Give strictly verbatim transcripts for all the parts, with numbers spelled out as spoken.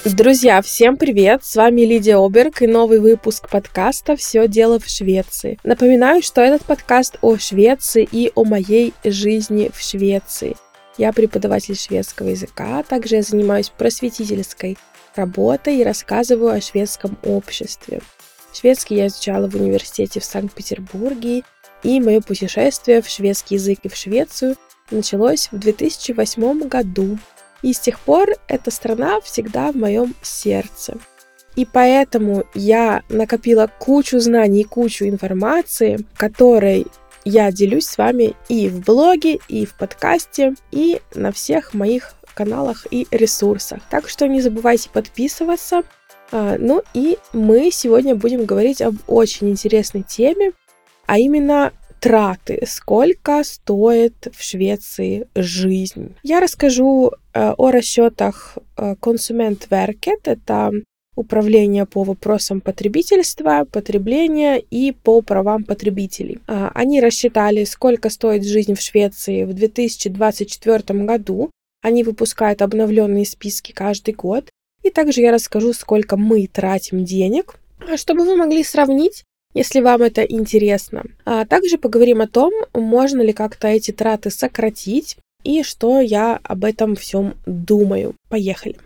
Друзья, всем привет! С вами Лидия Оберг и новый выпуск подкаста «Все дело в Швеции». Напоминаю, что этот подкаст о Швеции и о моей жизни в Швеции. Я преподаватель шведского языка, также я занимаюсь просветительской работой и рассказываю о шведском обществе. Шведский я изучала в университете в Санкт-Петербурге, и мое путешествие в шведский язык и в Швецию началось в две тысячи восьмом году. И с тех пор эта страна всегда в моем сердце. И поэтому я накопила кучу знаний и кучу информации, которой я делюсь с вами и в блоге, и в подкасте, и на всех моих каналах и ресурсах. Так что не забывайте подписываться. Ну и мы сегодня будем говорить об очень интересной теме, а именно траты, сколько стоит в Швеции жизнь. Я расскажу э, о расчетах э, Konsumentverket, это управление по вопросам потребительства, потребления и по правам потребителей. Э, они рассчитали, сколько стоит жизнь в Швеции в две тысячи двадцать четвёртом году. Они выпускают обновленные списки каждый год. И также я расскажу, сколько мы тратим денег, чтобы вы могли сравнить, если вам это интересно. А также поговорим о том, можно ли как-то эти траты сократить и что я об этом всем думаю. Поехали!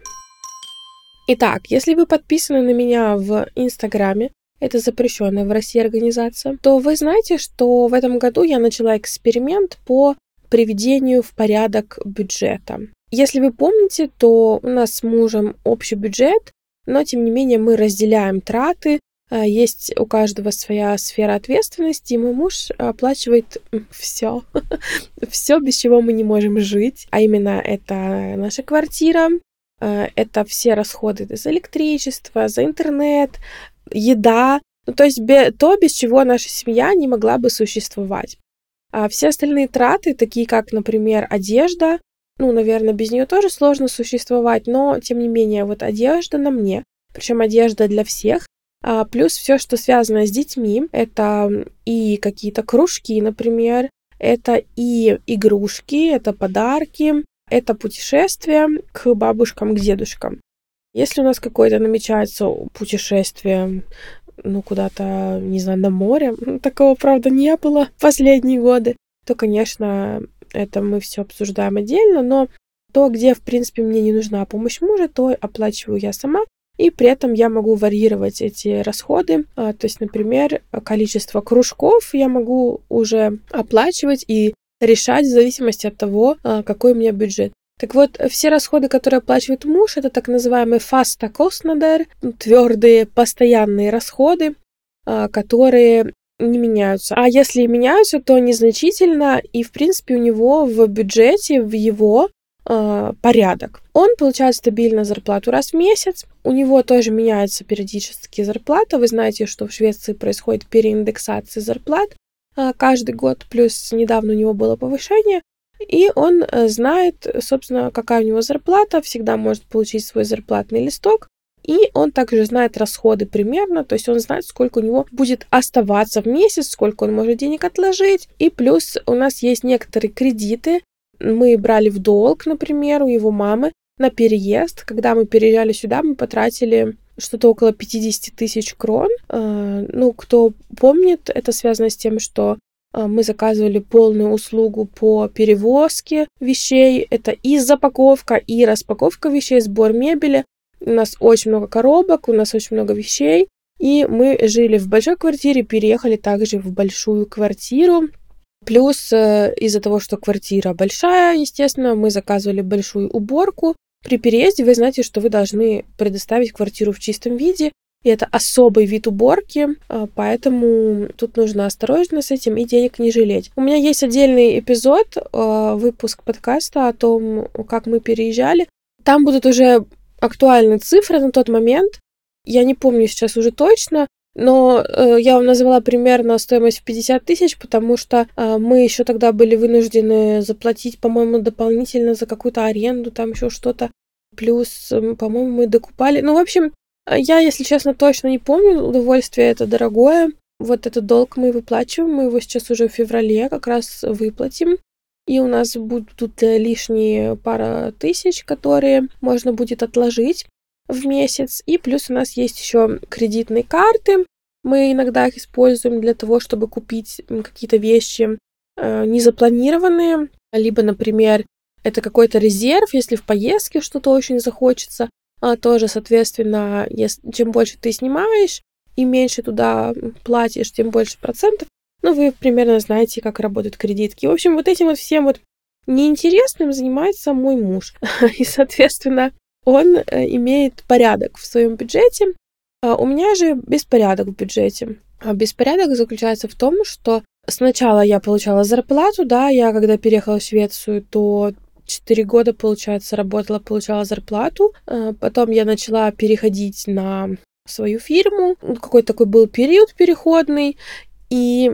Итак, если вы подписаны на меня в Инстаграме, это запрещенная в России организация, то вы знаете, что в этом году я начала эксперимент по приведению в порядок бюджета. Если вы помните, то у нас с мужем общий бюджет, но тем не менее мы разделяем траты. Есть у каждого своя сфера ответственности, и мой муж оплачивает все, все, без чего мы не можем жить. А именно это наша квартира, это все расходы за электричество, за интернет, еда, ну, то есть то, без чего наша семья не могла бы существовать. А все остальные траты, такие как, например, одежда, ну, наверное, без нее тоже сложно существовать, но, тем не менее, вот одежда на мне, причем одежда для всех. А плюс все, что связано с детьми, это и какие-то кружки, например, это и игрушки, это подарки, это путешествия к бабушкам, к дедушкам. Если у нас какое-то намечается путешествие, ну, куда-то, не знаю, на море, такого, правда, не было в последние годы, то, конечно, это мы все обсуждаем отдельно, но то, где, в принципе, мне не нужна помощь мужа, то оплачиваю я сама. И при этом я могу варьировать эти расходы. То есть, например, количество кружков я могу уже оплачивать и решать в зависимости от того, какой у меня бюджет. Так вот, все расходы, которые оплачивает муж, это так называемые fasta kostnader, твердые, постоянные расходы, которые не меняются. А если и меняются, то незначительно, и, в принципе, у него в бюджете, в его порядок. Он получает стабильно зарплату раз в месяц. У него тоже меняется периодически зарплата. Вы знаете, что в Швеции происходит переиндексация зарплат каждый год. Плюс недавно у него было повышение. И он знает, собственно, какая у него зарплата. Всегда может получить свой зарплатный листок. И он также знает расходы примерно. То есть он знает, сколько у него будет оставаться в месяц, сколько он может денег отложить. И плюс у нас есть некоторые кредиты. Мы брали в долг, например, у его мамы на переезд. Когда мы переезжали сюда, мы потратили что-то около пятьдесят тысяч крон. Ну, кто помнит, это связано с тем, что мы заказывали полную услугу по перевозке вещей. Это и запаковка, и распаковка вещей, сбор мебели. У нас очень много коробок, у нас очень много вещей. И мы жили в большой квартире, переехали также в большую квартиру. Плюс из-за того, что квартира большая, естественно, мы заказывали большую уборку. При переезде вы знаете, что вы должны предоставить квартиру в чистом виде. И это особый вид уборки, поэтому тут нужно осторожно с этим и денег не жалеть. У меня есть отдельный эпизод, выпуск подкаста о том, как мы переезжали. Там будут уже актуальные цифры на тот момент. Я не помню сейчас уже точно, но э, я вам назвала примерно стоимость в пятьдесят тысяч, потому что э, мы еще тогда были вынуждены заплатить, по-моему, дополнительно за какую-то аренду, там еще что-то. Плюс, э, по-моему, мы докупали. Ну, в общем, я, если честно, точно не помню. Удовольствие это дорогое. Вот этот долг мы выплачиваем. Мы его сейчас уже в феврале как раз выплатим. И у нас будут лишние пара тысяч, которые можно будет отложить. в месяц. И плюс у нас есть еще кредитные карты. Мы иногда их используем для того, чтобы купить какие-то вещи э, незапланированные. Либо, например, это какой-то резерв, если в поездке что-то очень захочется. А тоже, соответственно, если, чем больше ты снимаешь и меньше туда платишь, тем больше процентов. Ну, вы примерно знаете, как работают кредитки. В общем, вот этим вот всем вот неинтересным занимается мой муж. И, соответственно, он имеет порядок в своем бюджете. А у меня же беспорядок в бюджете. А беспорядок заключается в том, что сначала я получала зарплату, да, я когда переехала в Швецию, то четыре года, получается, работала, получала зарплату. Потом я начала переходить на свою фирму. Какой-то такой был период переходный. И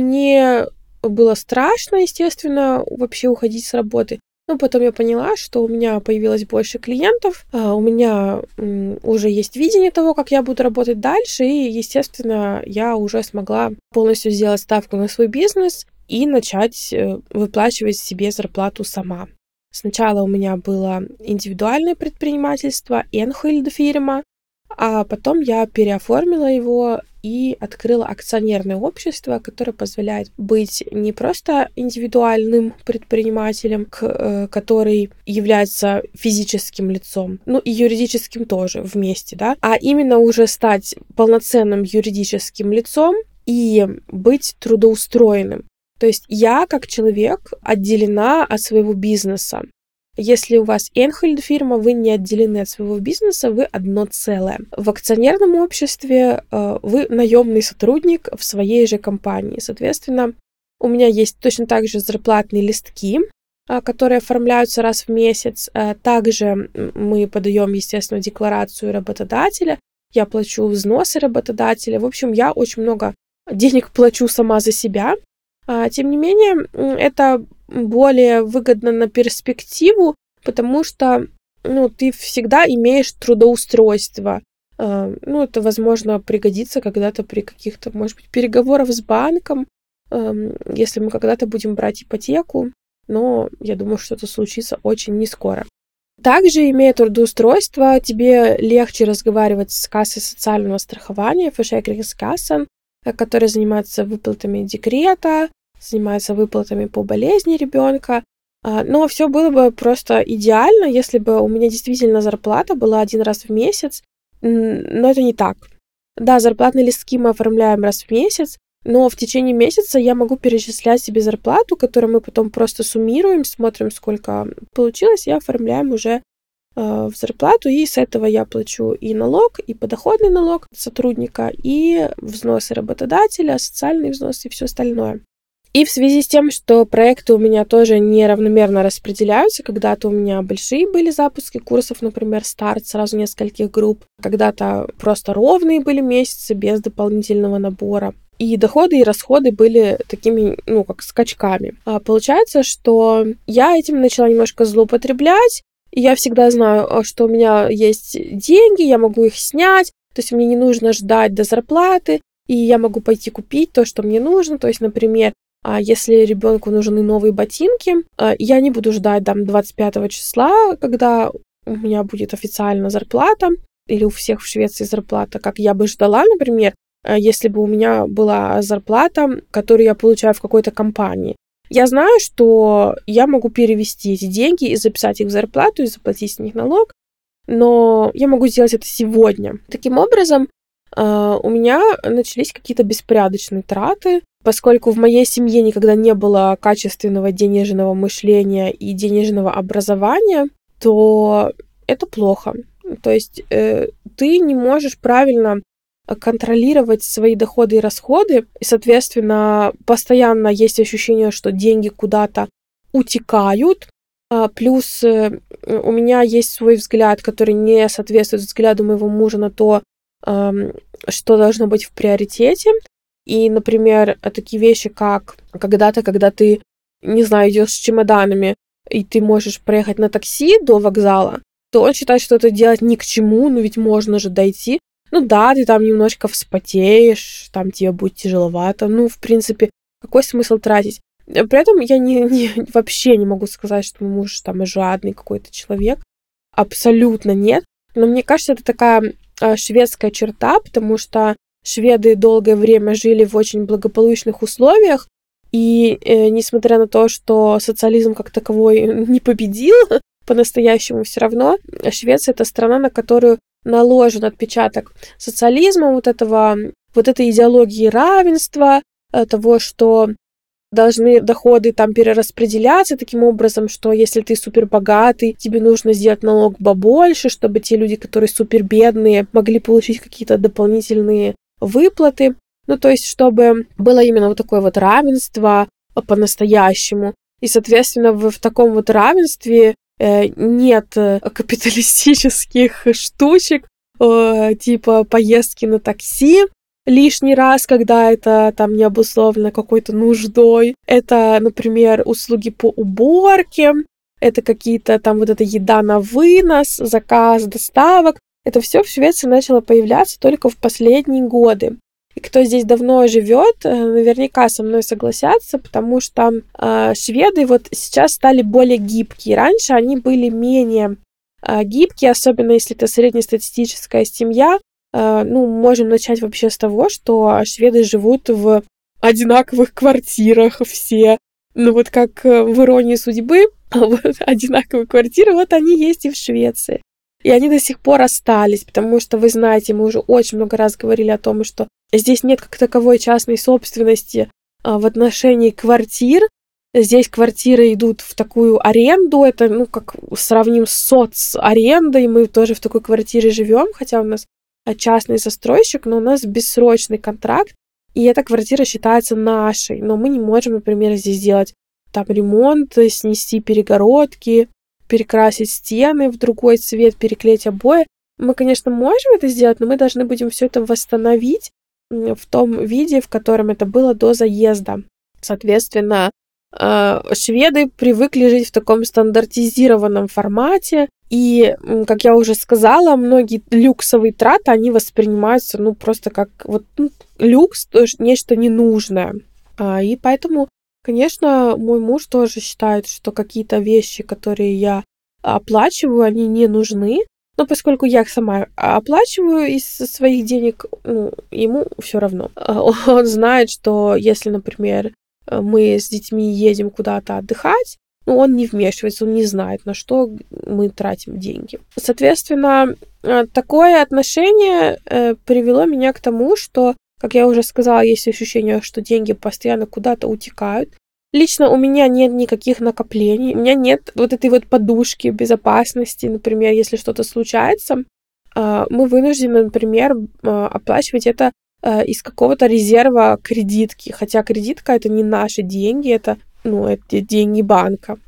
мне было страшно, естественно, вообще уходить с работы. Но потом я поняла, что у меня появилось больше клиентов, у меня уже есть видение того, как я буду работать дальше, и, естественно, я уже смогла полностью сделать ставку на свой бизнес и начать выплачивать себе зарплату сама. Сначала у меня было индивидуальное предпринимательство, Энхильд-фирма, а потом я переоформила его и открыла акционерное общество, которое позволяет быть не просто индивидуальным предпринимателем, который является физическим лицом, ну и юридическим тоже вместе, да, а именно уже стать полноценным юридическим лицом и быть трудоустроенным. То есть я, как человек, отделена от своего бизнеса. Если у вас Энхильд-фирма, вы не отделены от своего бизнеса, вы одно целое. В акционерном обществе э, вы наемный сотрудник в своей же компании. Соответственно, у меня есть точно так же зарплатные листки, э, которые оформляются раз в месяц. Э, также мы подаем, естественно, декларацию работодателя. Я плачу взносы работодателя. В общем, я очень много денег плачу сама за себя. Э, тем не менее, это более выгодно на перспективу, потому что, ну, ты всегда имеешь трудоустройство. Э, ну, это, возможно, пригодится когда-то при каких-то, может быть, переговорах с банком, э, если мы когда-то будем брать ипотеку, но я думаю, что это случится очень нескоро. Также, имея трудоустройство, тебе легче разговаривать с кассой социального страхования, Försäkringskassan, которая занимается выплатами декрета, занимается выплатами по болезни ребенка. Но все было бы просто идеально, если бы у меня действительно зарплата была один раз в месяц, но это не так. Да, зарплатные листки мы оформляем раз в месяц, но в течение месяца я могу перечислять себе зарплату, которую мы потом просто суммируем, смотрим, сколько получилось, и оформляем уже в зарплату, и с этого я плачу и налог, и подоходный налог сотрудника, и взносы работодателя, социальные взносы и все остальное. И в связи с тем, что проекты у меня тоже неравномерно распределяются, когда-то у меня большие были запуски курсов, например, старт сразу нескольких групп, когда-то просто ровные были месяцы без дополнительного набора. И доходы, и расходы были такими, ну, как скачками. А получается, что я этим начала немножко злоупотреблять, и я всегда знаю, что у меня есть деньги, я могу их снять, то есть мне не нужно ждать до зарплаты, и я могу пойти купить то, что мне нужно. То есть, например, если ребенку нужны новые ботинки, я не буду ждать там двадцать пятого числа, когда у меня будет официально зарплата, или у всех в Швеции зарплата, как я бы ждала, например, если бы у меня была зарплата, которую я получаю в какой-то компании. Я знаю, что я могу перевести эти деньги и записать их в зарплату, и заплатить с них налог, но я могу сделать это сегодня. Таким образом, у меня начались какие-то беспорядочные траты, поскольку в моей семье никогда не было качественного денежного мышления и денежного образования, то это плохо. То есть э, ты не можешь правильно контролировать свои доходы и расходы, и, соответственно, постоянно есть ощущение, что деньги куда-то утекают. Плюс э, у меня есть свой взгляд, который не соответствует взгляду моего мужа на то, э, что должно быть в приоритете. И, например, такие вещи, как когда-то, когда ты, не знаю, идешь с чемоданами, и ты можешь проехать на такси до вокзала, то он считает, что это делать ни к чему, ну ведь можно же дойти. Ну да, ты там немножко вспотеешь, там тебе будет тяжеловато. Ну, в принципе, какой смысл тратить? При этом я не, не, вообще не могу сказать, что мой муж там жадный какой-то человек. Абсолютно нет. Но мне кажется, это такая э, шведская черта, потому что шведы долгое время жили в очень благополучных условиях, и э, несмотря на то, что социализм как таковой не победил, по-настоящему все равно Швеция — это страна, на которую наложен отпечаток социализма, вот этого, вот этой идеологии равенства, того, что должны доходы там перераспределяться таким образом, что если ты супербогатый, тебе нужно сделать налог побольше, чтобы те люди, которые супербедные, могли получить какие-то дополнительные выплаты. Ну, то есть, чтобы было именно вот такое вот равенство по-настоящему. И, соответственно, в, в таком вот равенстве э, нет капиталистических штучек, э, типа поездки на такси лишний раз, когда это там не обусловлено какой-то нуждой. Это, например, услуги по уборке, это какие-то там вот эта еда на вынос, заказ доставок. Это все в Швеции начало появляться только в последние годы. И кто здесь давно живет, наверняка со мной согласятся, потому что э, шведы вот сейчас стали более гибкие. Раньше они были менее э, гибкие, особенно если это среднестатистическая семья. Ну, можем начать вообще с того, что шведы живут в одинаковых квартирах все. Ну, вот как в «Иронии судьбы», вот одинаковые квартиры, вот они есть и в Швеции. И они до сих пор остались, потому что, вы знаете, мы уже очень много раз говорили о том, что здесь нет как таковой частной собственности в отношении квартир. Здесь квартиры идут в такую аренду, это, ну, как сравним с соцарендой, мы тоже в такой квартире живем, хотя у нас частный застройщик, но у нас бессрочный контракт, и эта квартира считается нашей, но мы не можем, например, здесь сделать там ремонт, снести перегородки, перекрасить стены в другой цвет, переклеить обои. Мы, конечно, можем это сделать, но мы должны будем все это восстановить в том виде, в котором это было до заезда. Соответственно, шведы привыкли жить в таком стандартизированном формате, и, как я уже сказала, многие люксовые траты, они воспринимаются, ну, просто как вот ну, люкс, нечто ненужное. И поэтому, конечно, мой муж тоже считает, что какие-то вещи, которые я оплачиваю, они не нужны. Но поскольку я их сама оплачиваю из своих денег, ну, ему все равно. Он знает, что если, например, мы с детьми едем куда-то отдыхать, ну, он не вмешивается, он не знает, на что мы тратим деньги. Соответственно, такое отношение привело меня к тому, что, как я уже сказала, есть ощущение, что деньги постоянно куда-то утекают. Лично у меня нет никаких накоплений, у меня нет вот этой вот подушки безопасности, например, если что-то случается, мы вынуждены, например, оплачивать это из какого-то резерва кредитки, хотя кредитка — это не наши деньги, это ну, это деньги банка.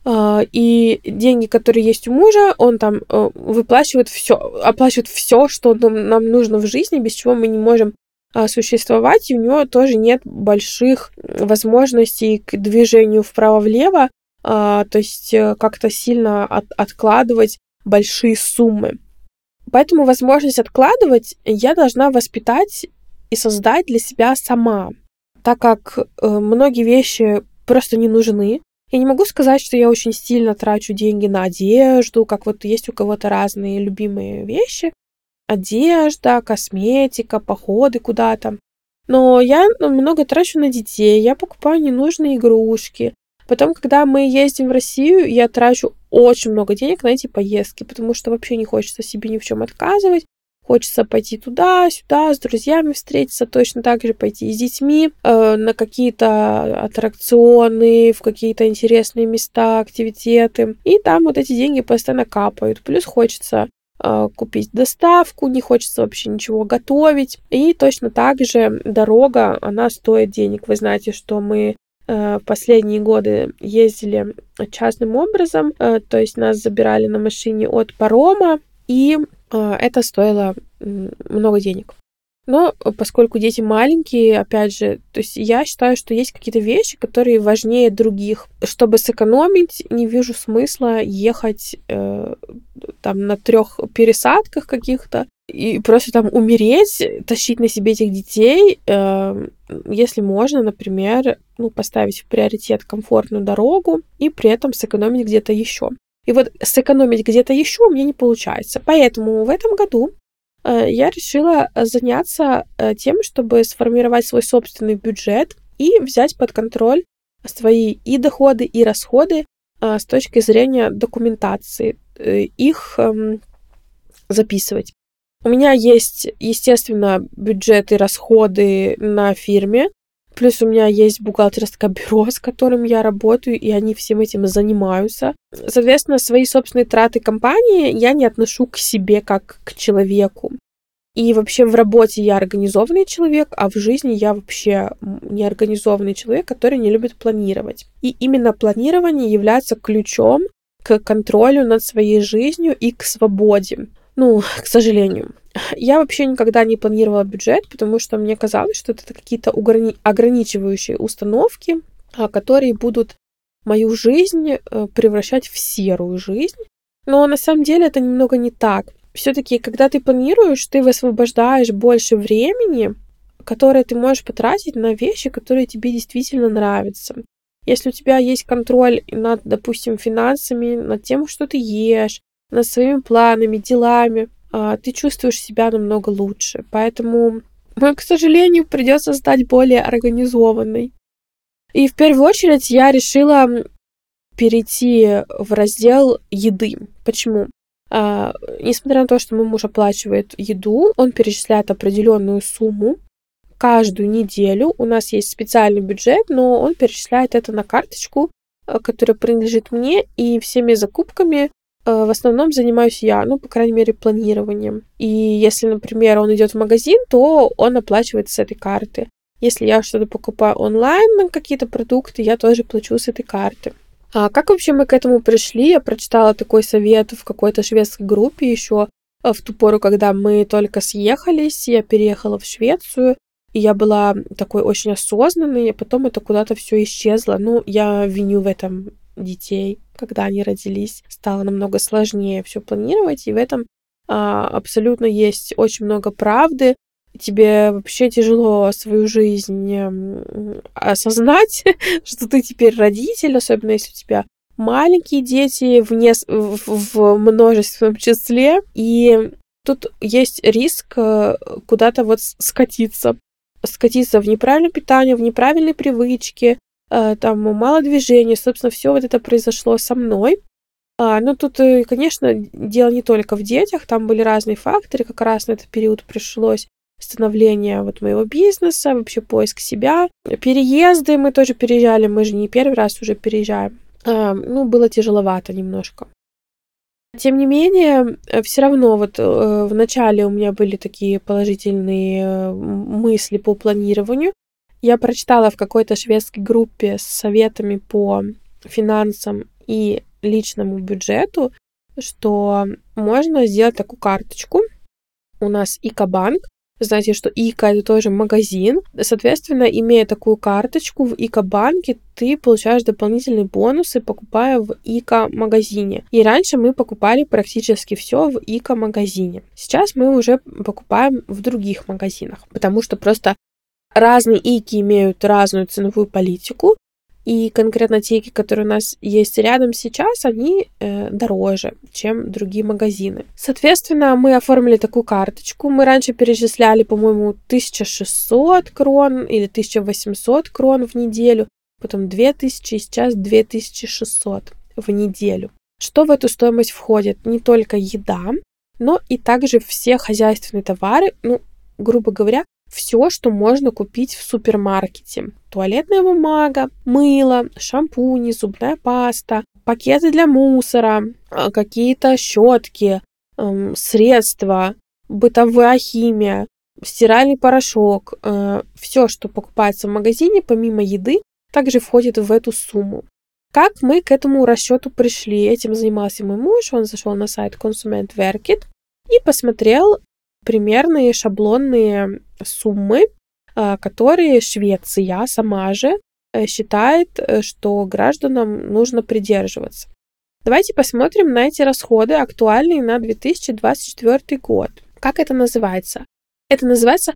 И деньги, которые есть у мужа, он там выплачивает все, оплачивает все, что нам, нам нужно в жизни, без чего мы не можем существовать, и у него тоже нет больших возможностей к движению вправо-влево, то есть как-то сильно от, откладывать большие суммы. Поэтому возможность откладывать я должна воспитать и создать для себя сама, так как многие вещи просто не нужны. Я не могу сказать, что я очень сильно трачу деньги на одежду, как вот есть у кого-то разные любимые вещи. Одежда, косметика, походы куда-то. Но я много трачу на детей, я покупаю ненужные игрушки. Потом, когда мы ездим в Россию, я трачу очень много денег на эти поездки, потому что вообще не хочется себе ни в чем отказывать. Хочется пойти туда, сюда, с друзьями встретиться, точно так же пойти с детьми э, на какие-то аттракционы, в какие-то интересные места, активитеты. И там вот эти деньги постоянно капают. Плюс хочется э, купить доставку, не хочется вообще ничего готовить. И точно так же дорога, она стоит денег. Вы знаете, что мы в последние годы ездили частным образом, э, то есть нас забирали на машине от парома, и это стоило много денег. Но поскольку дети маленькие, опять же, то есть я считаю, что есть какие-то вещи, которые важнее других. Чтобы сэкономить, не вижу смысла ехать э, там на трех пересадках каких-то и просто там умереть, тащить на себе этих детей, э, если можно, например, ну, поставить в приоритет комфортную дорогу и при этом сэкономить где-то еще. И вот сэкономить где-то еще у меня не получается. Поэтому в этом году я решила заняться тем, чтобы сформировать свой собственный бюджет и взять под контроль свои и доходы, и расходы с точки зрения документации, их записывать. У меня есть, естественно, бюджет и расходы на фирме, плюс у меня есть бухгалтерское бюро, с которым я работаю, и они всем этим занимаются. Соответственно, свои собственные траты компании я не отношу к себе как к человеку. И вообще в работе я организованный человек, а в жизни я вообще неорганизованный человек, который не любит планировать. И именно планирование является ключом к контролю над своей жизнью и к свободе. Ну, к сожалению. Я вообще никогда не планировала бюджет, потому что мне казалось, что это какие-то ограни- ограничивающие установки, которые будут мою жизнь превращать в серую жизнь. Но на самом деле это немного не так. Все-таки, когда ты планируешь, ты высвобождаешь больше времени, которое ты можешь потратить на вещи, которые тебе действительно нравятся. Если у тебя есть контроль над, допустим, финансами, над тем, что ты ешь, над своими планами, делами, ты чувствуешь себя намного лучше. Поэтому, к сожалению, придется стать более организованной. И в первую очередь я решила перейти в раздел еды. Почему? А, несмотря на то, что мой муж оплачивает еду, он перечисляет определенную сумму каждую неделю. У нас есть специальный бюджет, но он перечисляет это на карточку, которая принадлежит мне, и всеми закупками в основном занимаюсь я, ну, по крайней мере, планированием. И если, например, он идет в магазин, то он оплачивает с этой карты. Если я что-то покупаю онлайн, какие-то продукты, я тоже плачу с этой карты. А как вообще мы к этому пришли? Я прочитала такой совет в какой-то шведской группе еще в ту пору, когда мы только съехались, я переехала в Швецию, и я была такой очень осознанной, и потом это куда-то все исчезло. Ну, я виню в этом детей. Когда они родились, стало намного сложнее все планировать, и в этом а, абсолютно есть очень много правды. Тебе вообще тяжело свою жизнь осознать, что ты теперь родитель, особенно если у тебя маленькие дети в, не... в, в множественном числе, и тут есть риск куда-то вот скатиться, скатиться в неправильное питание, в неправильные привычки, там мало движения, собственно, все вот это произошло со мной. А, ну, тут, конечно, дело не только в детях, там были разные факторы, как раз на этот период пришлось становление вот моего бизнеса, вообще поиск себя, переезды, мы тоже переезжали, мы же не первый раз уже переезжаем. А, ну, было тяжеловато немножко. Тем не менее, все равно вот э, в начале у меня были такие положительные мысли по планированию. Я прочитала в какой-то шведской группе с советами по финансам и личному бюджету, что можно сделать такую карточку. У нас Ика-банк. Знаете, что Ика — это тоже магазин. Соответственно, имея такую карточку в Ика-банке, ты получаешь дополнительные бонусы, покупая в Ика-магазине. И раньше мы покупали практически все в Ика-магазине. Сейчас мы уже покупаем в других магазинах, потому что просто разные Ики имеют разную ценовую политику, и конкретно те Ики, которые у нас есть рядом сейчас, они э, дороже, чем другие магазины. Соответственно, мы оформили такую карточку. Мы раньше перечисляли, по-моему, тысяча шестьсот крон или тысяча восемьсот крон в неделю, потом две тысячи, и сейчас две тысячи шестьсот в неделю. Что в эту стоимость входит? Не только еда, но и также все хозяйственные товары, ну, грубо говоря, все, что можно купить в супермаркете. Туалетная бумага, мыло, шампуни, зубная паста, пакеты для мусора, какие-то щетки, эм, средства, бытовая химия, стиральный порошок. Э, все, что покупается в магазине, помимо еды, также входит в эту сумму. Как мы к этому расчету пришли? Этим занимался мой муж. Он зашел на сайт Konsumentverket и посмотрел примерные шаблонные суммы, которые Швеция сама же считает, что гражданам нужно придерживаться. Давайте посмотрим на эти расходы, актуальные на две тысячи двадцать четвёртый год. Как это называется? Это называется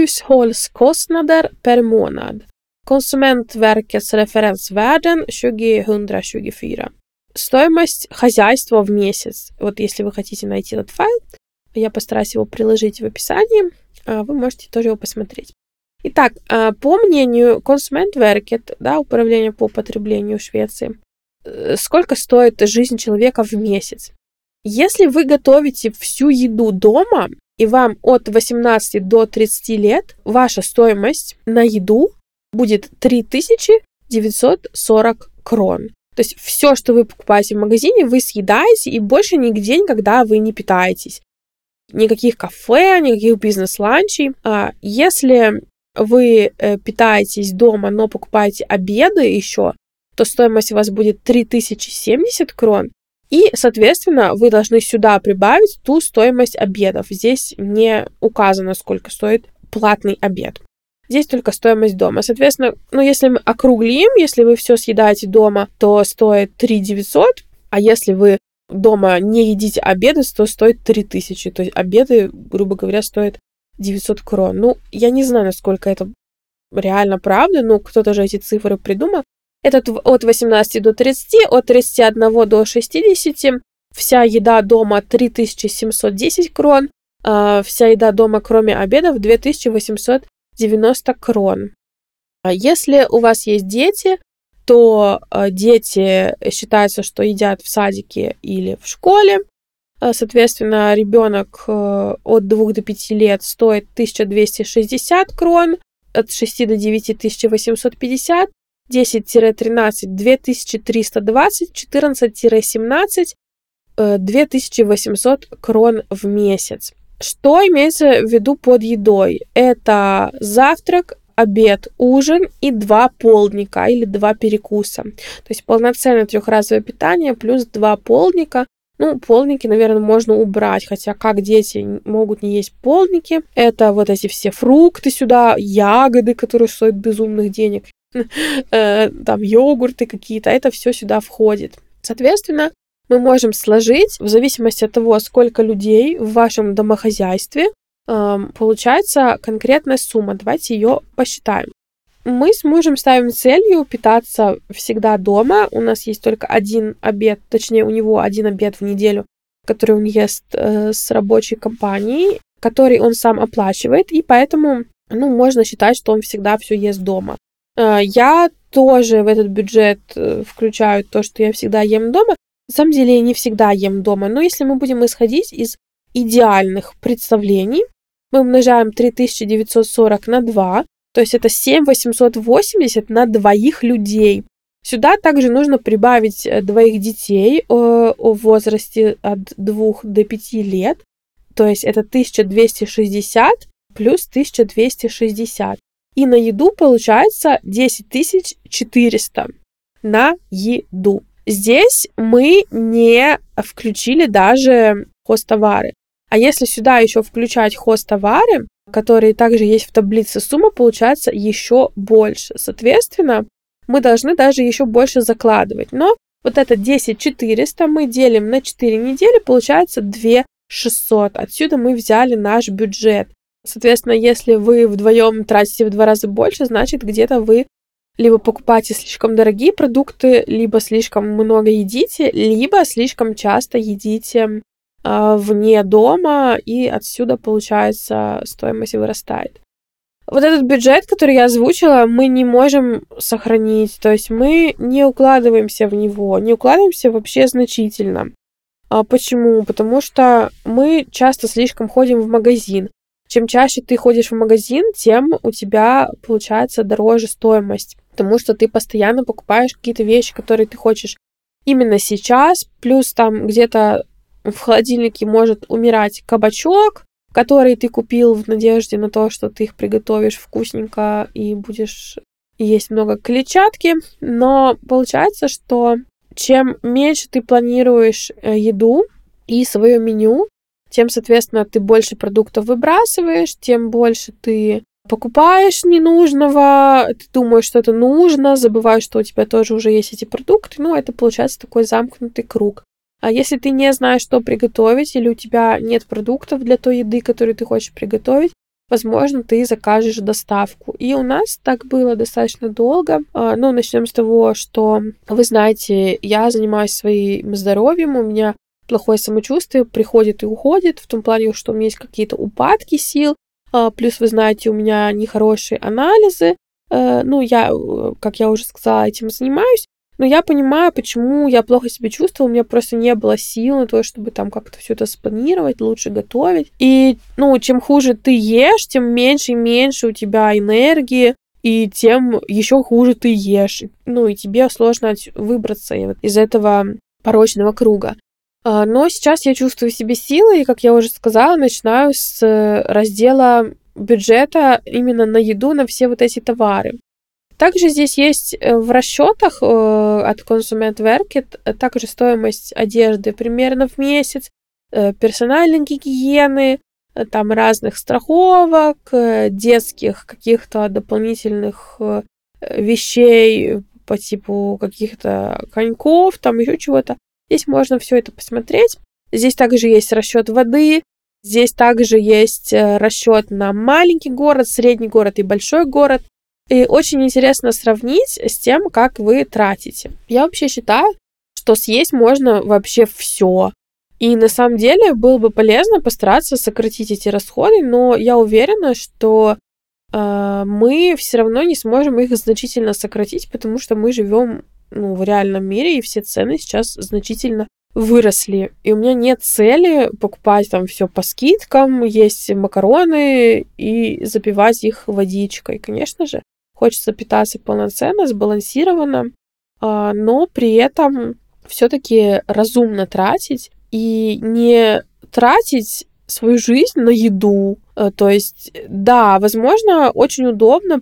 Hushållskostnader per månad. Konsumentverkets referensvärden две тысячи двадцать четыре. стоимость хозяйства в месяц. Вот если вы хотите найти этот файл, я постараюсь его приложить в описании, вы можете тоже его посмотреть. Итак, по мнению Konsumentverket, да, управления по потреблению в Швеции, сколько стоит жизнь человека в месяц? Если вы готовите всю еду дома, и вам от восемнадцати до тридцати лет, ваша стоимость на еду будет три тысячи девятьсот сорок крон. То есть все, что вы покупаете в магазине, вы съедаете, и больше нигде никогда вы не питаетесь. Никаких кафе, никаких бизнес-ланчей. А если вы питаетесь дома, но покупаете обеды еще, то стоимость у вас будет три тысячи семьдесят крон. И, соответственно, вы должны сюда прибавить ту стоимость обедов. Здесь не указано, сколько стоит платный обед. Здесь только стоимость дома. Соответственно, ну, если мы округлим, если вы все съедаете дома, то стоит три тысячи девятьсот, а если вы дома не едите обеды, то стоит три тысячи. То есть обеды, грубо говоря, стоят девятьсот крон. Ну, я не знаю, насколько это реально правда, но кто-то же эти цифры придумал. Это от восемнадцати до тридцати, от тридцати одного до шестидесяти. Вся еда дома три тысячи семьсот десять крон, а вся еда дома, кроме обедов, две тысячи восемьсот девяносто крон. Если у вас есть дети, то дети считается, что едят в садике или в школе. Соответственно, ребенок от двух до пяти лет стоит тысяча двести шестьдесят крон, от шести до девяти тысяча восемьсот пятьдесят, десять-тринадцать две тысячи триста двадцать, четырнадцать-семнадцать две тысячи восемьсот крон в месяц. Что имеется в виду под едой? Это завтрак, обед, ужин и два полдника или два перекуса. То есть полноценное трехразовое питание плюс два полдника. Ну, полдники, наверное, можно убрать, хотя как дети могут не есть полдники? Это вот эти все фрукты сюда, ягоды, которые стоят безумных денег, там йогурты какие-то, это все сюда входит. Соответственно, мы можем сложить, в зависимости от того, сколько людей в вашем домохозяйстве, получается конкретная сумма. Давайте ее посчитаем. Мы с мужем ставим целью питаться всегда дома. У нас есть только один обед, точнее, у него один обед в неделю, который он ест э, с рабочей компанией, который он сам оплачивает, и поэтому, ну, можно считать, что он всегда все ест дома. Э, я тоже в этот бюджет э, включаю то, что я всегда ем дома. На самом деле, я не всегда ем дома, но если мы будем исходить из идеальных представлений, мы умножаем три тысячи девятьсот сорок на два, то есть это семь тысяч восемьсот восемьдесят на двоих людей. Сюда также нужно прибавить двоих детей в возрасте от двух до пяти лет. То есть это тысяча двести шестьдесят плюс тысяча двести шестьдесят. И на еду получается десять тысяч четыреста на еду. Здесь мы не включили даже хозтовары. А если сюда еще включать хозтовары, которые также есть в таблице, сумма получается еще больше. Соответственно, мы должны даже еще больше закладывать. Но вот это десять тысяч четыреста мы делим на четыре недели, получается две тысячи шестьсот. Отсюда мы взяли наш бюджет. Соответственно, если вы вдвоем тратите в два раза больше, значит, где-то вы либо покупаете слишком дорогие продукты, либо слишком много едите, либо слишком часто едите вне дома, и отсюда, получается, стоимость вырастает. Вот этот бюджет, который я озвучила, мы не можем сохранить, то есть мы не укладываемся в него, не укладываемся вообще значительно. А почему? Потому что мы часто слишком ходим в магазин. Чем чаще ты ходишь в магазин, тем у тебя получается дороже стоимость, потому что ты постоянно покупаешь какие-то вещи, которые ты хочешь именно сейчас, плюс там где-то в холодильнике может умирать кабачок, который ты купил в надежде на то, что ты их приготовишь вкусненько и будешь есть много клетчатки. Но получается, что чем меньше ты планируешь еду и свое меню, тем, соответственно, ты больше продуктов выбрасываешь, тем больше ты покупаешь ненужного, ты думаешь, что это нужно, забываешь, что у тебя тоже уже есть эти продукты. Ну, это получается такой замкнутый круг. А если ты не знаешь, что приготовить, или у тебя нет продуктов для той еды, которую ты хочешь приготовить, возможно, ты закажешь доставку. И у нас так было достаточно долго. Ну, начнем с того, что, вы знаете, я занимаюсь своим здоровьем, у меня плохое самочувствие приходит и уходит, в том плане, что у меня есть какие-то упадки сил, плюс, вы знаете, у меня нехорошие анализы. Ну, я, как я уже сказала, этим занимаюсь, но я понимаю, почему я плохо себя чувствовала, у меня просто не было сил на то, чтобы там как-то все это спланировать, лучше готовить. И, ну, чем хуже ты ешь, тем меньше и меньше у тебя энергии, и тем еще хуже ты ешь. Ну, и тебе сложно выбраться из этого порочного круга. Но сейчас я чувствую в себе силы, и, как я уже сказала, начинаю с раздела бюджета именно на еду, на все вот эти товары. Также здесь есть в расчетах от Консументверкет также стоимость одежды примерно в месяц, персональной гигиены, там разных страховок, детских каких-то дополнительных вещей по типу каких-то коньков, там еще чего-то. Здесь можно все это посмотреть. Здесь также есть расчет воды, здесь также есть расчет на маленький город, средний город и большой город. И очень интересно сравнить с тем, как вы тратите. Я вообще считаю, что съесть можно вообще все. И на самом деле было бы полезно постараться сократить эти расходы, но я уверена, что э, мы все равно не сможем их значительно сократить, потому что мы живем ну, в реальном мире, и все цены сейчас значительно выросли. И у меня нет цели покупать там все по скидкам, есть макароны и запивать их водичкой. Конечно же, хочется питаться полноценно, сбалансированно, но при этом все-таки разумно тратить и не тратить свою жизнь на еду. То есть, да, возможно, очень удобно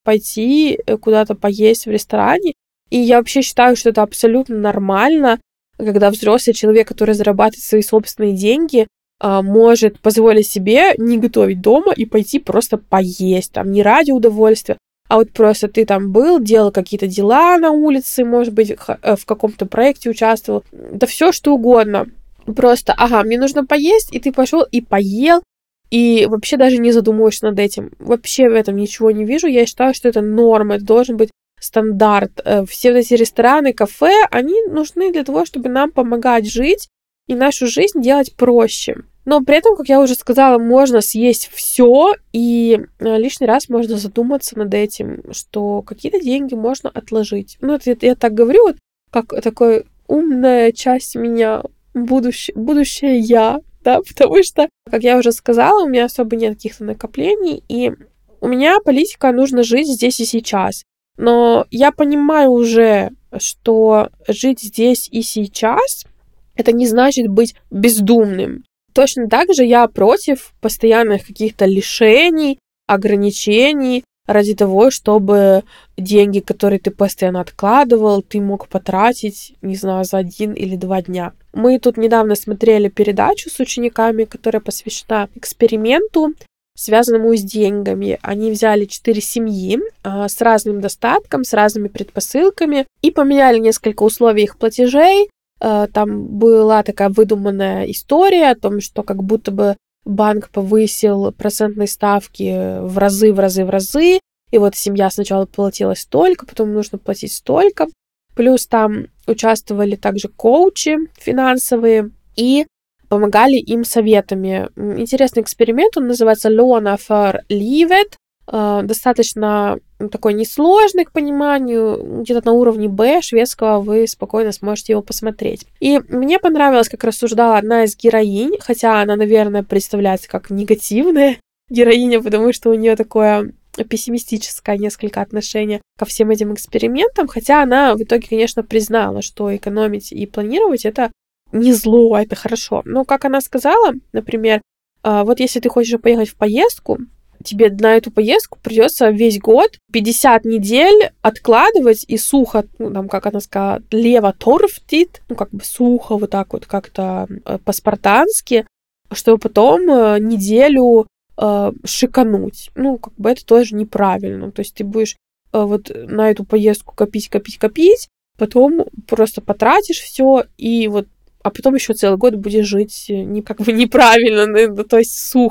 пойти куда-то поесть в ресторане, и я вообще считаю, что это абсолютно нормально, когда взрослый человек, который зарабатывает свои собственные деньги, может позволить себе не готовить дома и пойти просто поесть, там, не ради удовольствия, а вот просто ты там был, делал какие-то дела на улице, может быть, в каком-то проекте участвовал, да все что угодно. Просто, ага, мне нужно поесть, и ты пошел и поел, и вообще даже не задумываешься над этим. Вообще в этом ничего не вижу. Я считаю, что это норма, это должен быть стандарт. Все эти рестораны, кафе, они нужны для того, чтобы нам помогать жить и нашу жизнь делать проще. Но при этом, как я уже сказала, можно съесть все, и лишний раз можно задуматься над этим, что какие-то деньги можно отложить. Ну, это я так говорю, вот, как такая умная часть меня, будущее, будущее я, да, потому что, как я уже сказала, у меня особо нет каких-то накоплений, и у меня политика нужно жить здесь и сейчас. Но я понимаю уже, что жить здесь и сейчас — это не значит быть бездумным. Точно так же я против постоянных каких-то лишений, ограничений ради того, чтобы деньги, которые ты постоянно откладывал, ты мог потратить, не знаю, за один или два дня. Мы тут недавно смотрели передачу с учениками, которая посвящена эксперименту, связанному с деньгами. Они взяли четыре семьи а, с разным достатком, с разными предпосылками и поменяли несколько условий их платежей. Там была такая выдуманная история о том, что как будто бы банк повысил процентные ставки в разы, в разы, в разы, и вот семья сначала платила столько, потом нужно платить столько. Плюс там участвовали также коучи финансовые и помогали им советами. Интересный эксперимент, он называется Låna för livet. Достаточно такой несложный к пониманию, где-то на уровне Б шведского, вы спокойно сможете его посмотреть. И мне понравилось, как рассуждала одна из героинь, хотя она, наверное, представляется как негативная героиня, потому что у нее такое пессимистическое несколько отношение ко всем этим экспериментам, хотя она в итоге, конечно, признала, что экономить и планировать — это не зло, это хорошо. Но, как она сказала, например, вот если ты хочешь поехать в поездку, тебе на эту поездку придется весь год пятьдесят недель откладывать и сухо, ну, там, как она сказала, лево торфтит, ну, как бы сухо, вот так вот как-то по-спартански, чтобы потом неделю э, шикануть. Ну, как бы это тоже неправильно. То есть ты будешь э, вот на эту поездку копить, копить, копить, потом просто потратишь все, и вот, а потом еще целый год будешь жить не, как бы неправильно, то есть сухо.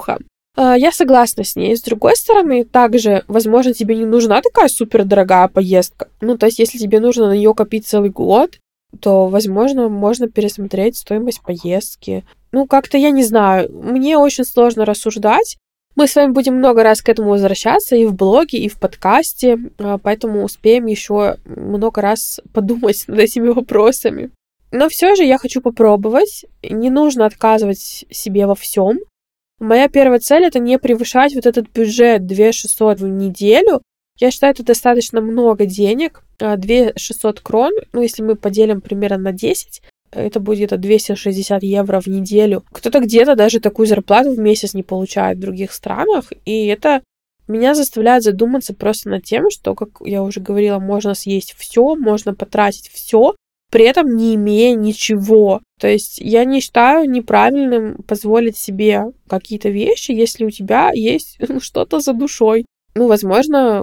Я согласна с ней. С другой стороны, также, возможно, тебе не нужна такая супердорогая поездка. Ну, то есть, если тебе нужно на нее копить целый год, то, возможно, можно пересмотреть стоимость поездки. Ну, как-то я не знаю. Мне очень сложно рассуждать. Мы с вами будем много раз к этому возвращаться и в блоге, и в подкасте, поэтому успеем еще много раз подумать над этими вопросами. Но все же я хочу попробовать. Не нужно отказывать себе во всем. Моя первая цель — это не превышать вот этот бюджет две тысячи шестьсот в неделю. Я считаю, это достаточно много денег. две тысячи шестьсот крон, ну, если мы поделим примерно на десять, это будет где-то двести шестьдесят евро в неделю. Кто-то где-то даже такую зарплату в месяц не получает в других странах, и это меня заставляет задуматься просто над тем, что, как я уже говорила, можно съесть все, можно потратить все, при этом не имея ничего. То есть я не считаю неправильным позволить себе какие-то вещи, если у тебя есть что-то за душой. Ну, возможно,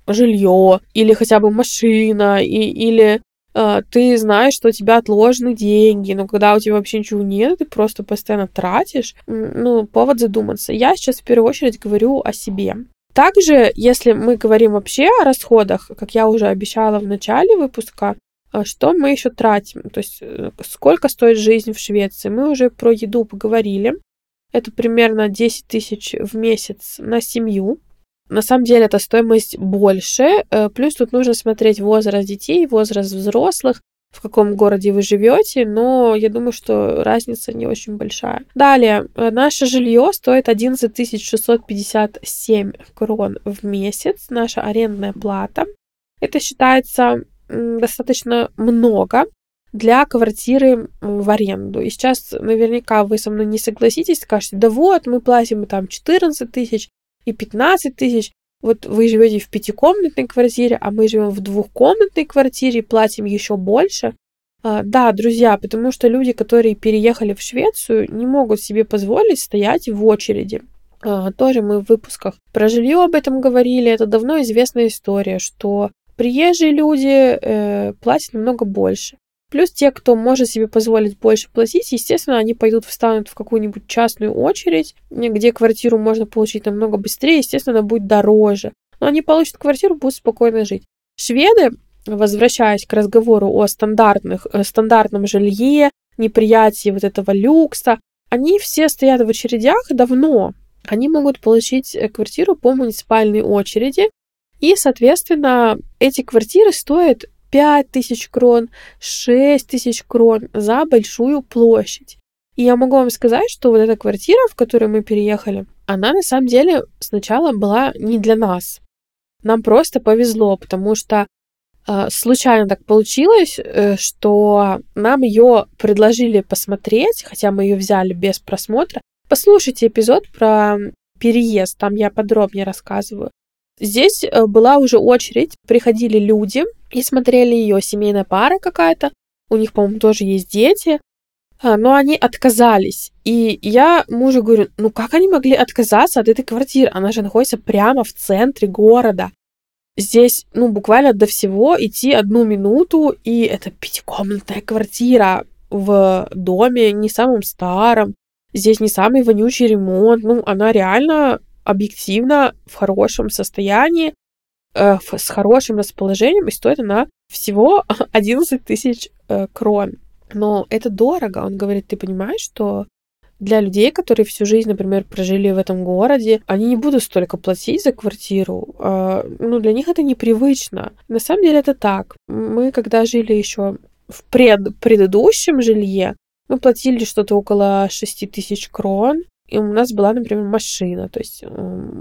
жилье или хотя бы машина, и, или э, ты знаешь, что у тебя отложены деньги, но когда у тебя вообще ничего нет, ты просто постоянно тратишь. Ну, повод задуматься. Я сейчас в первую очередь говорю о себе. Также, если мы говорим вообще о расходах, как я уже обещала в начале выпуска, что мы еще тратим? То есть сколько стоит жизнь в Швеции? Мы уже про еду поговорили. Это примерно десять тысяч в месяц на семью. На самом деле эта стоимость больше. Плюс тут нужно смотреть возраст детей, возраст взрослых, в каком городе вы живете, но я думаю, что разница не очень большая. Далее, наше жилье стоит одиннадцать тысяч шестьсот пятьдесят семь крон в месяц, наша арендная плата. Это считается достаточно много для квартиры в аренду. И сейчас наверняка вы со мной не согласитесь, скажете, да вот, мы платим там четырнадцать тысяч и пятнадцать тысяч. Вот вы живете в пятикомнатной квартире, а мы живем в двухкомнатной квартире, платим еще больше. А, да, друзья, потому что люди, которые переехали в Швецию, не могут себе позволить стоять в очереди. А, тоже мы в выпусках про жилье об этом говорили. Это давно известная история, что приезжие люди э, платят намного больше. Плюс те, кто может себе позволить больше платить, естественно, они пойдут, встанут в какую-нибудь частную очередь, где квартиру можно получить намного быстрее, естественно, будет дороже. Но они получат квартиру, будут спокойно жить. Шведы, возвращаясь к разговору о стандартных, э, стандартном жилье, неприятии вот этого люкса, они все стоят в очередях давно. Они могут получить квартиру по муниципальной очереди, и, соответственно, эти квартиры стоят пять тысяч крон, шесть тысяч крон за большую площадь. И я могу вам сказать, что вот эта квартира, в которую мы переехали, она на самом деле сначала была не для нас. Нам просто повезло, потому что э, случайно так получилось, э, что нам ее предложили посмотреть, хотя мы ее взяли без просмотра. Послушайте эпизод про переезд, там я подробнее рассказываю. Здесь была уже очередь, приходили люди и смотрели ее, семейная пара какая-то, у них, по-моему, тоже есть дети, но они отказались. И я мужу говорю, ну как они могли отказаться от этой квартиры? Она же находится прямо в центре города. Здесь, ну, буквально до всего идти одну минуту, и это пятикомнатная квартира в доме, не самом старом. Здесь не самый вонючий ремонт, ну, она реально объективно в хорошем состоянии, э, с хорошим расположением, и стоит она всего одиннадцать тысяч э, крон. Но это дорого. Он говорит, ты понимаешь, что для людей, которые всю жизнь, например, прожили в этом городе, они не будут столько платить за квартиру. Э, ну, для них это непривычно. На самом деле это так. Мы, когда жили еще в пред- предыдущем жилье, мы платили что-то около шесть тысяч крон, и у нас была, например, машина, то есть у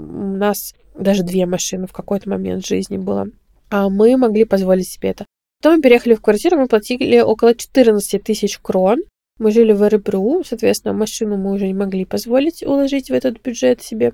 нас даже две машины в какой-то момент жизни было, а мы могли позволить себе это. Потом мы переехали в квартиру, мы платили около четырнадцать тысяч крон, мы жили в Эребру, соответственно, машину мы уже не могли позволить уложить в этот бюджет себе,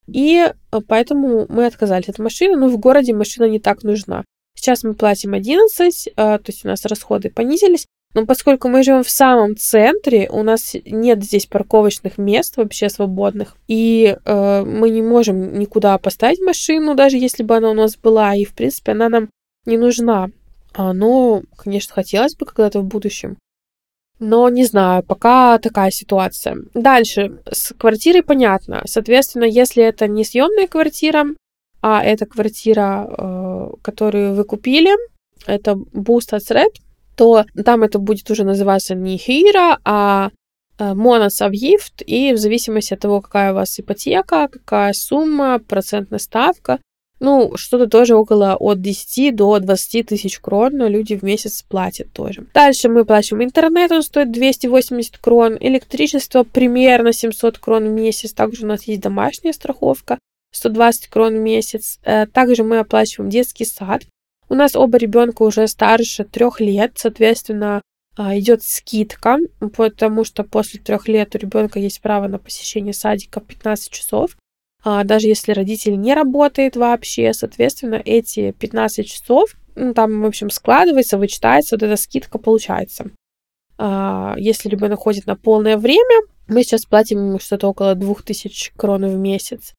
и поэтому мы отказались от машины, но в городе машина не так нужна. Сейчас мы платим одиннадцать, то есть у нас расходы понизились, но поскольку мы живем в самом центре, у нас нет здесь парковочных мест вообще свободных, и э, мы не можем никуда поставить машину, даже если бы она у нас была, и, в принципе, она нам не нужна. А, но, конечно, хотелось бы когда-то в будущем. Но не знаю, пока такая ситуация. Дальше, с квартирой понятно. Соответственно, если это не съемная квартира, а это квартира, которую вы купили, это Bostadsrätt, то там это будет уже называться не hyra, а månadsavgift, и в зависимости от того, какая у вас ипотека, какая сумма, процентная ставка, ну, что-то тоже около от десяти до двадцати тысяч крон люди в месяц платят тоже. Дальше мы платим интернет, он стоит двести восемьдесят крон, электричество примерно семьсот крон в месяц, также у нас есть домашняя страховка, сто двадцать крон в месяц, также мы оплачиваем детский сад. У нас оба ребенка уже старше трех лет, соответственно, идет скидка, потому что после трех лет у ребенка есть право на посещение садика в пятнадцать часов. Даже если родитель не работает вообще, соответственно, эти пятнадцать часов, ну, там, в общем, складывается, вычитается, вот эта скидка получается. Если ребенок ходит на полное время, мы сейчас платим что-то около двух тысяч крон в месяц.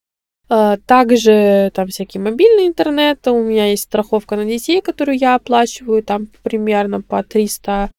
Также там всякий мобильный интернет, у меня есть страховка на детей, которую я оплачиваю, там примерно по триста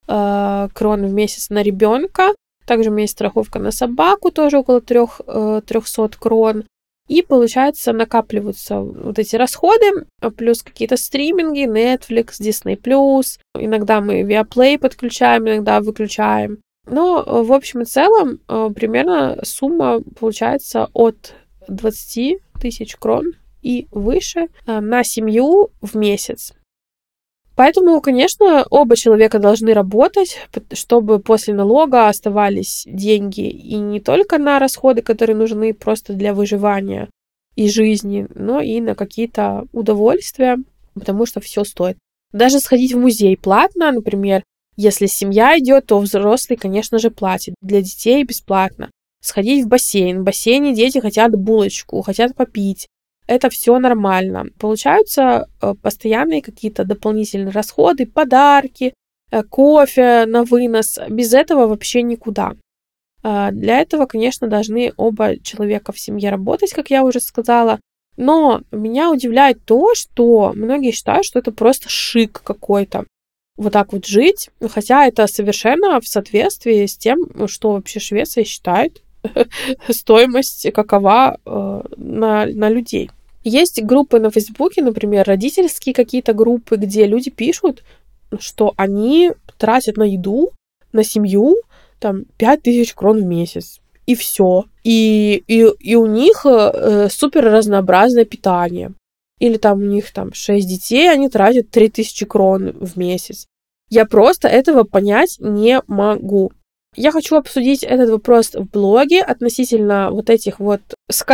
крон в месяц на ребенка. Также у меня есть страховка на собаку, тоже около трехсот крон. И, получается, накапливаются вот эти расходы, плюс какие-то стриминги, Netflix, Disney+. Иногда мы Viaplay подключаем, иногда выключаем. Но, в общем и целом, примерно сумма получается от двадцати тысяч крон и выше на семью в месяц. Поэтому, конечно, оба человека должны работать, чтобы после налога оставались деньги и не только на расходы, которые нужны просто для выживания и жизни, но и на какие-то удовольствия, потому что все стоит. Даже сходить в музей платно, например, если семья идет, то взрослый, конечно же, платит. Для детей бесплатно. Сходить в бассейн. В бассейне дети хотят булочку, хотят попить. Это все нормально. Получаются постоянные какие-то дополнительные расходы, подарки, кофе на вынос. Без этого вообще никуда. Для этого, конечно, должны оба человека в семье работать, как я уже сказала. Но меня удивляет то, что многие считают, что это просто шик какой-то. Вот так вот жить. Хотя это совершенно в соответствии с тем, что вообще Швеция считает стоимость какова на, на людей. Есть группы на Фейсбуке, например, родительские какие-то группы, где люди пишут, что они тратят на еду, на семью, там, пять тысяч крон в месяц. И все. И, и, и у них э, супер разнообразное питание. Или там у них там шесть детей, они тратят три тысячи крон в месяц. Я просто этого понять не могу. Я хочу обсудить этот вопрос в блоге относительно вот этих вот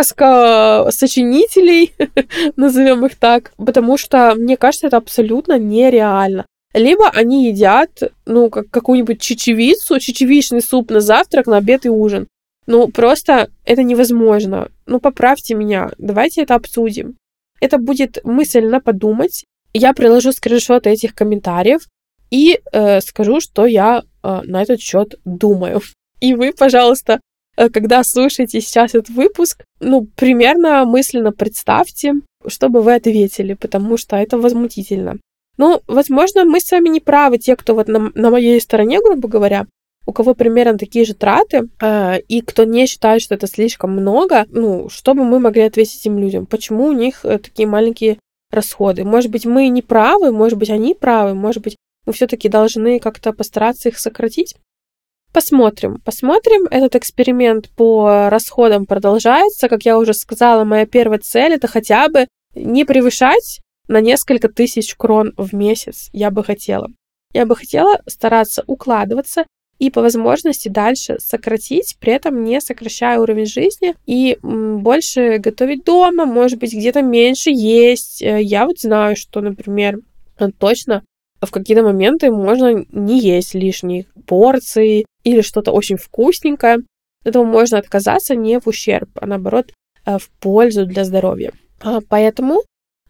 сказкосочинителей, назовем их так, потому что, мне кажется, это абсолютно нереально. Либо они едят, ну, как какую-нибудь чечевицу, чечевичный суп на завтрак, на обед и ужин. Ну, просто это невозможно. Ну, поправьте меня, давайте это обсудим. Это будет мысленно подумать. Я приложу скриншоты этих комментариев и э, скажу, что я э, на этот счет думаю. И вы, пожалуйста, э, когда слушаете сейчас этот выпуск, ну, примерно мысленно представьте, что бы вы ответили, потому что это возмутительно. Ну, возможно, мы с вами не правы, те, кто вот на, на моей стороне, грубо говоря, у кого примерно такие же траты, э, и кто не считает, что это слишком много, ну, что бы мы могли ответить этим людям? Почему у них э, такие маленькие расходы? Может быть, мы не правы, может быть, они правы, может быть, мы все-таки должны как-то постараться их сократить? Посмотрим. Посмотрим. Этот эксперимент по расходам продолжается. Как я уже сказала, моя первая цель — это хотя бы не превышать на несколько тысяч крон в месяц. Я бы хотела. Я бы хотела стараться укладываться и по возможности дальше сократить, при этом не сокращая уровень жизни и больше готовить дома, может быть, где-то меньше есть. Я вот знаю, что, например, точно в какие-то моменты можно не есть лишние порции или что-то очень вкусненькое. От этого можно отказаться не в ущерб, а наоборот в пользу для здоровья. Поэтому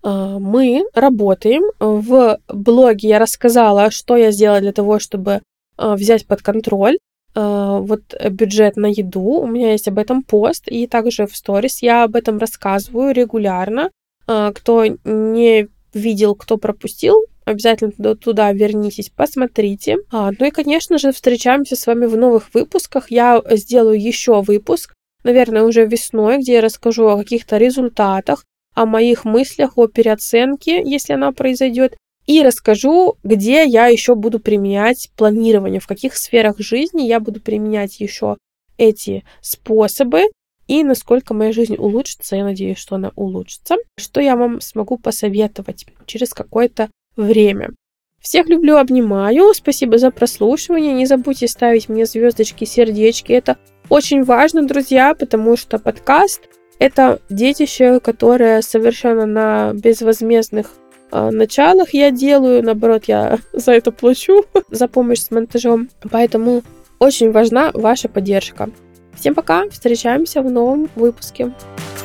мы работаем. В блоге я рассказала, что я сделала для того, чтобы взять под контроль вот бюджет на еду. У меня есть об этом пост, и также в сторис я об этом рассказываю регулярно. Кто не видел, кто пропустил, обязательно туда, туда вернитесь, посмотрите. А, ну и, конечно же, встречаемся с вами в новых выпусках. Я сделаю еще выпуск, наверное, уже весной, где я расскажу о каких-то результатах, о моих мыслях, о переоценке, если она произойдет, и расскажу, где я еще буду применять планирование, в каких сферах жизни я буду применять еще эти способы, и насколько моя жизнь улучшится. Я надеюсь, что она улучшится. Что я вам смогу посоветовать через какое-то время. Всех люблю, обнимаю. Спасибо за прослушивание. Не забудьте ставить мне звездочки, сердечки. Это очень важно, друзья, потому что подкаст — это детище, которое совершенно на безвозмездных э, началах я делаю. Наоборот, я за это плачу, за помощь с монтажом. Поэтому очень важна ваша поддержка. Всем пока, встречаемся в новом выпуске.